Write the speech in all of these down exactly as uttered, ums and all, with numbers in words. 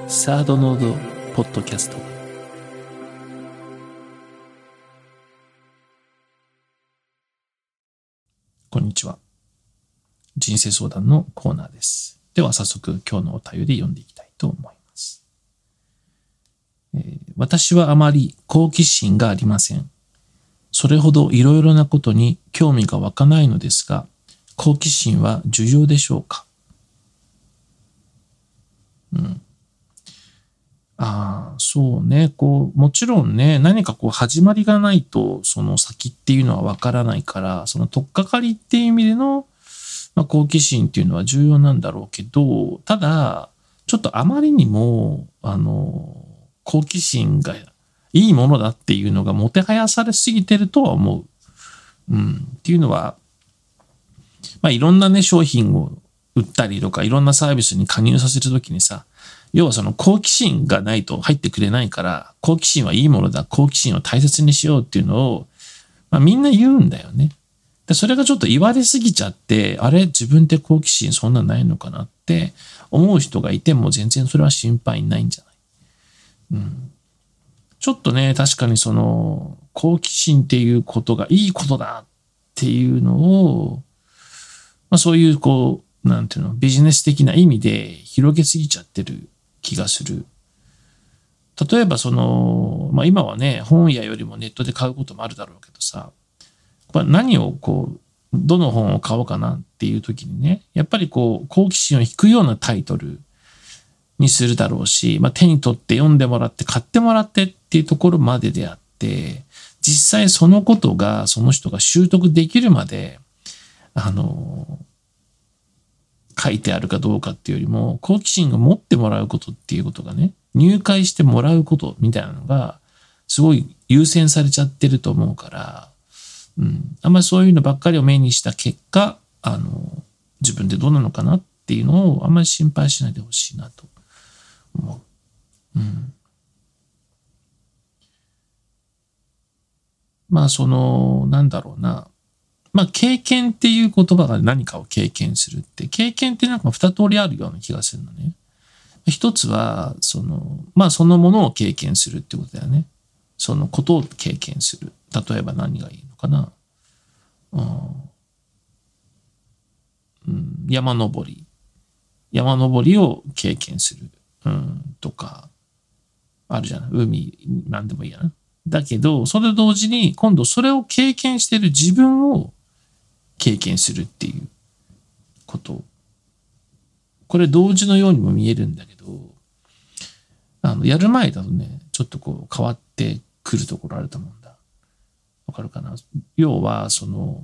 サードノードポッドキャスト。こんにちは。人生相談のコーナーです。では早速今日のお便り読んでいきたいと思います。えー、私はあまり好奇心がありません。それほどいろいろなことに興味が湧かないのですが、好奇心は重要でしょうか？うん。ああ、そうね。こう、もちろんね、何かこう始まりがないと、その先っていうのはわからないから、その取っかかりっていう意味での、まあ、好奇心っていうのは重要なんだろうけど、ただ、ちょっとあまりにも、あの、好奇心がいいものだっていうのがもてはやされすぎてるとは思う。うん。っていうのは、まあ、いろんなね、商品を売ったりとか、いろんなサービスに加入させるときにさ、要はその好奇心がないと入ってくれないから、好奇心はいいものだ、好奇心を大切にしようっていうのを、まあ、みんな言うんだよね。で、それがちょっと言われすぎちゃって、あれ自分って好奇心そんなないのかなって思う人がいても全然それは心配ないんじゃない？うん。ちょっとね、確かにその好奇心っていうことがいいことだっていうのを、まあ、そういうこう、なんていうの、ビジネス的な意味で広げすぎちゃってる気がする。例えばその、まあ今はね、本屋よりもネットで買うこともあるだろうけどさ、何をこう、どの本を買おうかなっていう時にね、やっぱりこう、好奇心を引くようなタイトルにするだろうし、まあ手に取って読んでもらって買ってもらってっていうところまでであって、実際そのことがその人が習得できるまで、あの、書いてあるかどうかっていうよりも、好奇心を持ってもらうことっていうことがね、入会してもらうことみたいなのが、すごい優先されちゃってると思うから、うん、あんまりそういうのばっかりを目にした結果、あの、自分でどうなのかなっていうのをあんまり心配しないでほしいなと思う。うん。まあ、その、なんだろうな。まあ、経験っていう言葉が何かを経験するって、経験ってなんか二通りあるような気がするのね。一つは、その、まあ、そのものを経験するってことだよね。そのことを経験する。例えば何がいいのかな。うん、山登り。山登りを経験する。うん、とか、あるじゃない。海、なんでもいいやな。だけど、それと同時に、今度それを経験している自分を経験するっていうこと。これ同時のようにも見えるんだけど、あの、やる前だとね、ちょっとこう変わってくるところあると思うんだ。わかるかな？要は、その、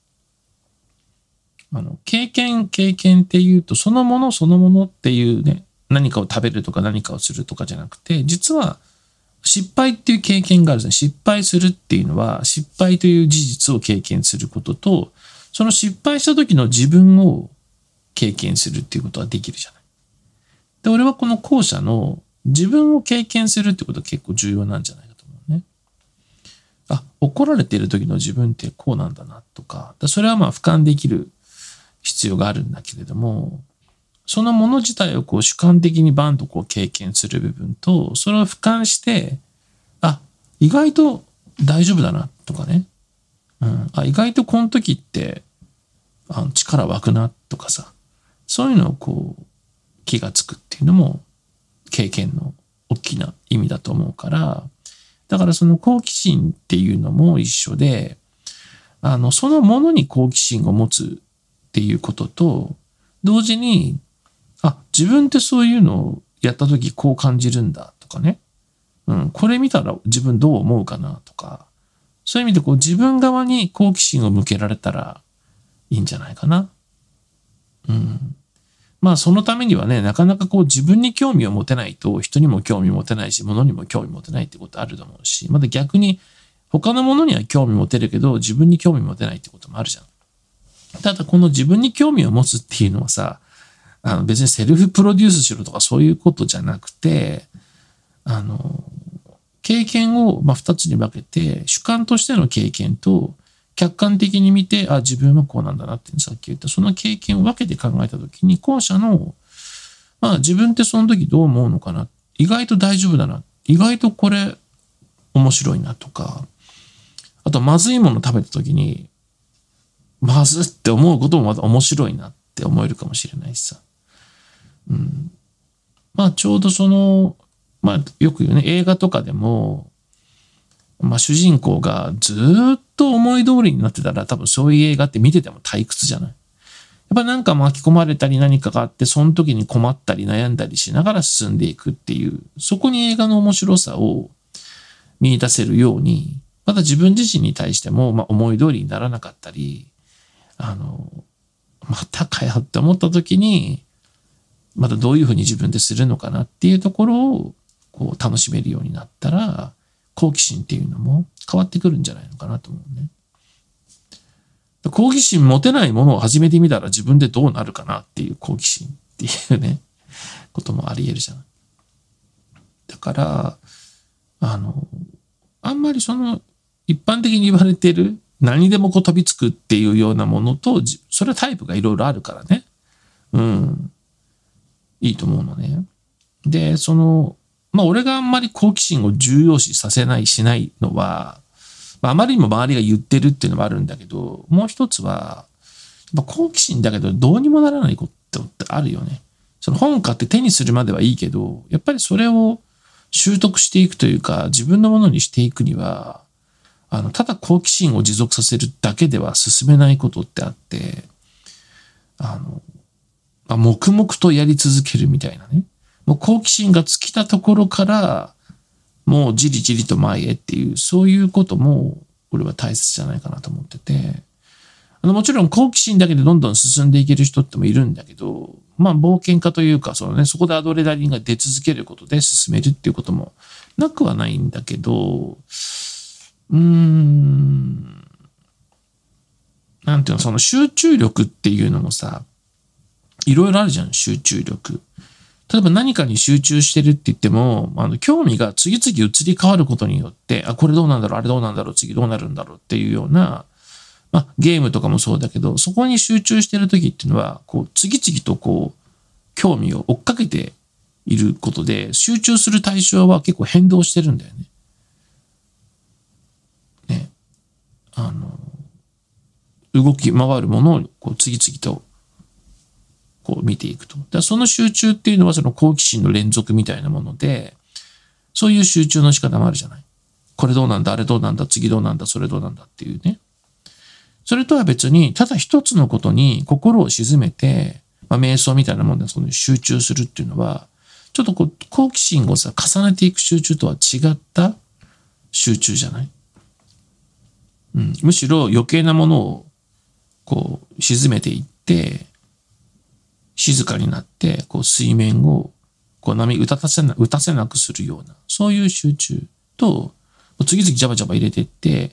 あの、経験、経験っていうと、そのものそのものっていうね、何かを食べるとか何かをするとかじゃなくて、実は失敗っていう経験があるんですね。失敗するっていうのは、失敗という事実を経験することと、その失敗した時の自分を経験するっていうことはできるじゃない。で、俺はこの後者の自分を経験するってことは結構重要なんじゃないかと思うね。あ、怒られている時の自分ってこうなんだなとか、それはまあ俯瞰できる必要があるんだけれども、そのもの自体をこう主観的にバンとこう経験する部分と、それを俯瞰して、あ、意外と大丈夫だなとかね。うん、あ、意外とこの時ってあの力湧くなとかさ、そういうのをこう気がつくっていうのも経験の大きな意味だと思うから、だからその好奇心っていうのも一緒で、あの、そのものに好奇心を持つっていうことと、同時に、あ、自分ってそういうのをやった時こう感じるんだとかね。うん、これ見たら自分どう思うかなとか、そういう意味でこう自分側に好奇心を向けられたらいいんじゃないかな。うん。まあそのためにはね、なかなかこう自分に興味を持てないと人にも興味持てないし、物にも興味持てないってことあると思うし、また逆に他のものには興味持てるけど自分に興味持てないってこともあるじゃん。ただこの自分に興味を持つっていうのはさ、あの別にセルフプロデュースしろとかそういうことじゃなくて、あの、経験をまあ二つに分けて、主観としての経験と客観的に見て、あ、自分はこうなんだなってさっき言った、その経験を分けて考えたときに、後者のまあ自分ってその時どう思うのかな。意外と大丈夫だな。意外とこれ面白いなとか、あとまずいもの食べた時に、まずって思うこともまた面白いなって思えるかもしれないしさ。うん、まあちょうどその、まあよく言うね、映画とかでも、まあ主人公がずっと思い通りになってたら多分そういう映画って見てても退屈じゃない。やっぱなんか巻き込まれたり何かがあって、その時に困ったり悩んだりしながら進んでいくっていう、そこに映画の面白さを見出せるように、また自分自身に対しても、まあ、思い通りにならなかったり、あの、またかよって思った時に、またどういうふうに自分でするのかなっていうところをこう楽しめるようになったら、好奇心っていうのも変わってくるんじゃないのかなと思うね。好奇心持てないものを始めてみたら自分でどうなるかなっていう好奇心っていうね、こともあり得るじゃない。だから、あの、あんまりその一般的に言われている何でもこう飛びつくっていうようなものと、それはタイプがいろいろあるからね。うん。いいと思うのね。で、その、まあ俺があんまり好奇心を重要視させないしないのは、まあ、あまりにも周りが言ってるっていうのもあるんだけど、もう一つは、やっぱ好奇心だけどどうにもならないことってあるよね。その本買って手にするまではいいけど、やっぱりそれを習得していくというか、自分のものにしていくには、あの、ただ好奇心を持続させるだけでは進めないことってあって、あの、まあ、黙々とやり続けるみたいなね。もう好奇心が尽きたところから、もうじりじりと前へっていう、そういうことも、俺は大切じゃないかなと思ってて、あのもちろん好奇心だけでどんどん進んでいける人ってもいるんだけど、まあ冒険家というか、そのね、そこでアドレナリンが出続けることで進めるっていうこともなくはないんだけど、うーん、なんていうの、その集中力っていうのもさ、いろいろあるじゃん、集中力。例えば何かに集中してるって言っても、あの、興味が次々移り変わることによって、あ、これどうなんだろう、あれどうなんだろう、次どうなるんだろうっていうような、まあ、ゲームとかもそうだけど、そこに集中してる時っていうのは、こう、次々とこう、興味を追っかけていることで、集中する対象は結構変動してるんだよね。ね。あの、動き回るものをこう次々とこう見ていくと。だその集中っていうのはその好奇心の連続みたいなもので、そういう集中の仕方もあるじゃない。これどうなんだ、あれどうなんだ、次どうなんだ、それどうなんだっていうね。それとは別に、ただ一つのことに心を沈めて、まあ、瞑想みたいなもんでその集中するっていうのは、ちょっとこう好奇心をさ、重ねていく集中とは違った集中じゃない。うん、むしろ余計なものをこう沈めていって、静かになって、こう水面をこう波打たせな、打たせなくするような、そういう集中と、次々ジャバジャバ入れていって、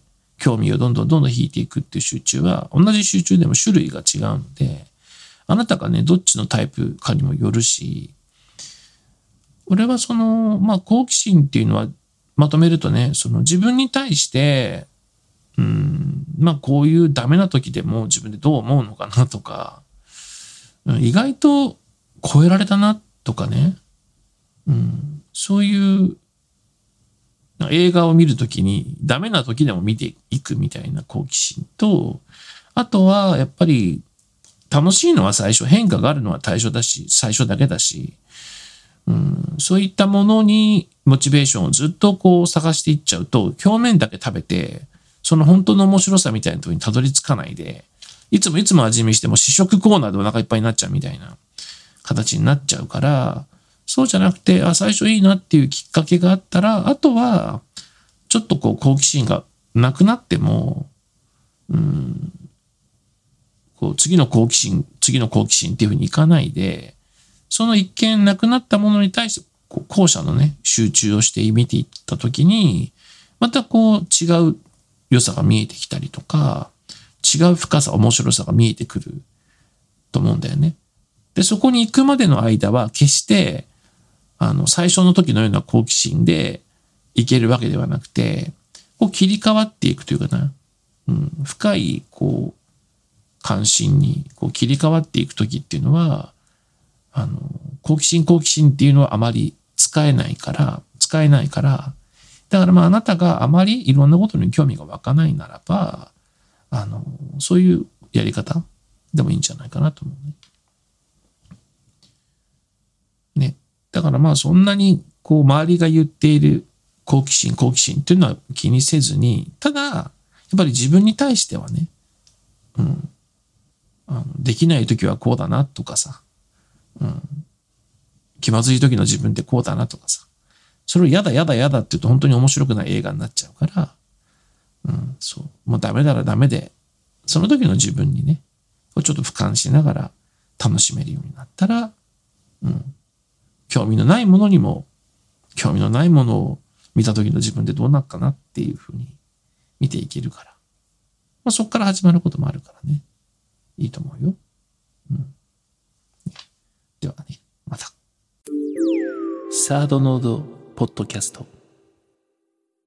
興味をどんどんどんどん引いていくっていう集中は、同じ集中でも種類が違うので、あなたがね、どっちのタイプかにもよるし、俺はその、まあ好奇心っていうのはまとめるとね、その自分に対して、うん、まあこういうダメな時でも自分でどう思うのかなとか、意外と超えられたなとかね、うん、そういう映画を見るときにダメな時でも見ていくみたいな好奇心と、あとはやっぱり楽しいのは最初、変化があるのは最初だし、最初だけだし、うん、そういったものにモチベーションをずっとこう探していっちゃうと、表面だけ食べて、その本当の面白さみたいなところにたどり着かないで、いつもいつも味見しても試食コーナーでお腹いっぱいになっちゃうみたいな形になっちゃうから、そうじゃなくて、あ、最初いいなっていうきっかけがあったら、あとは、ちょっとこう好奇心がなくなっても、うん、こう次の好奇心、次の好奇心っていうふうにいかないで、その一見なくなったものに対して、こう後者のね、集中をして見ていったときに、またこう違う良さが見えてきたりとか、違う深さ、面白さが見えてくると思うんだよね。で、そこに行くまでの間は決して、あの、最初の時のような好奇心でいけるわけではなくて、こう切り替わっていくというかな、うん、深い、こう、関心にこう切り替わっていく時っていうのは、 あの、好奇心好奇心っていうのはあまり使えないから、使えないから、だからまああなたがあまりいろんなことに興味が湧かないならば、あの、そういうやり方でもいいんじゃないかなと思うね。ね。だからまあそんなにこう周りが言っている好奇心好奇心っていうのは気にせずに、ただやっぱり自分に対してはね、うん、あのできない時はこうだなとかさ、うん、気まずい時の自分ってこうだなとかさ、それをやだやだやだって言うと本当に面白くない映画になっちゃうから、うん、そう、もうダメならダメで、その時の自分にね、ちょっと俯瞰しながら楽しめるようになったら、うん、興味のないものにも、興味のないものを見た時の自分でどうなるかなっていうふうに見ていけるから、まあ、そこから始まることもあるからね、いいと思うよ。うん、ではね、また。サードノードポッドキャスト。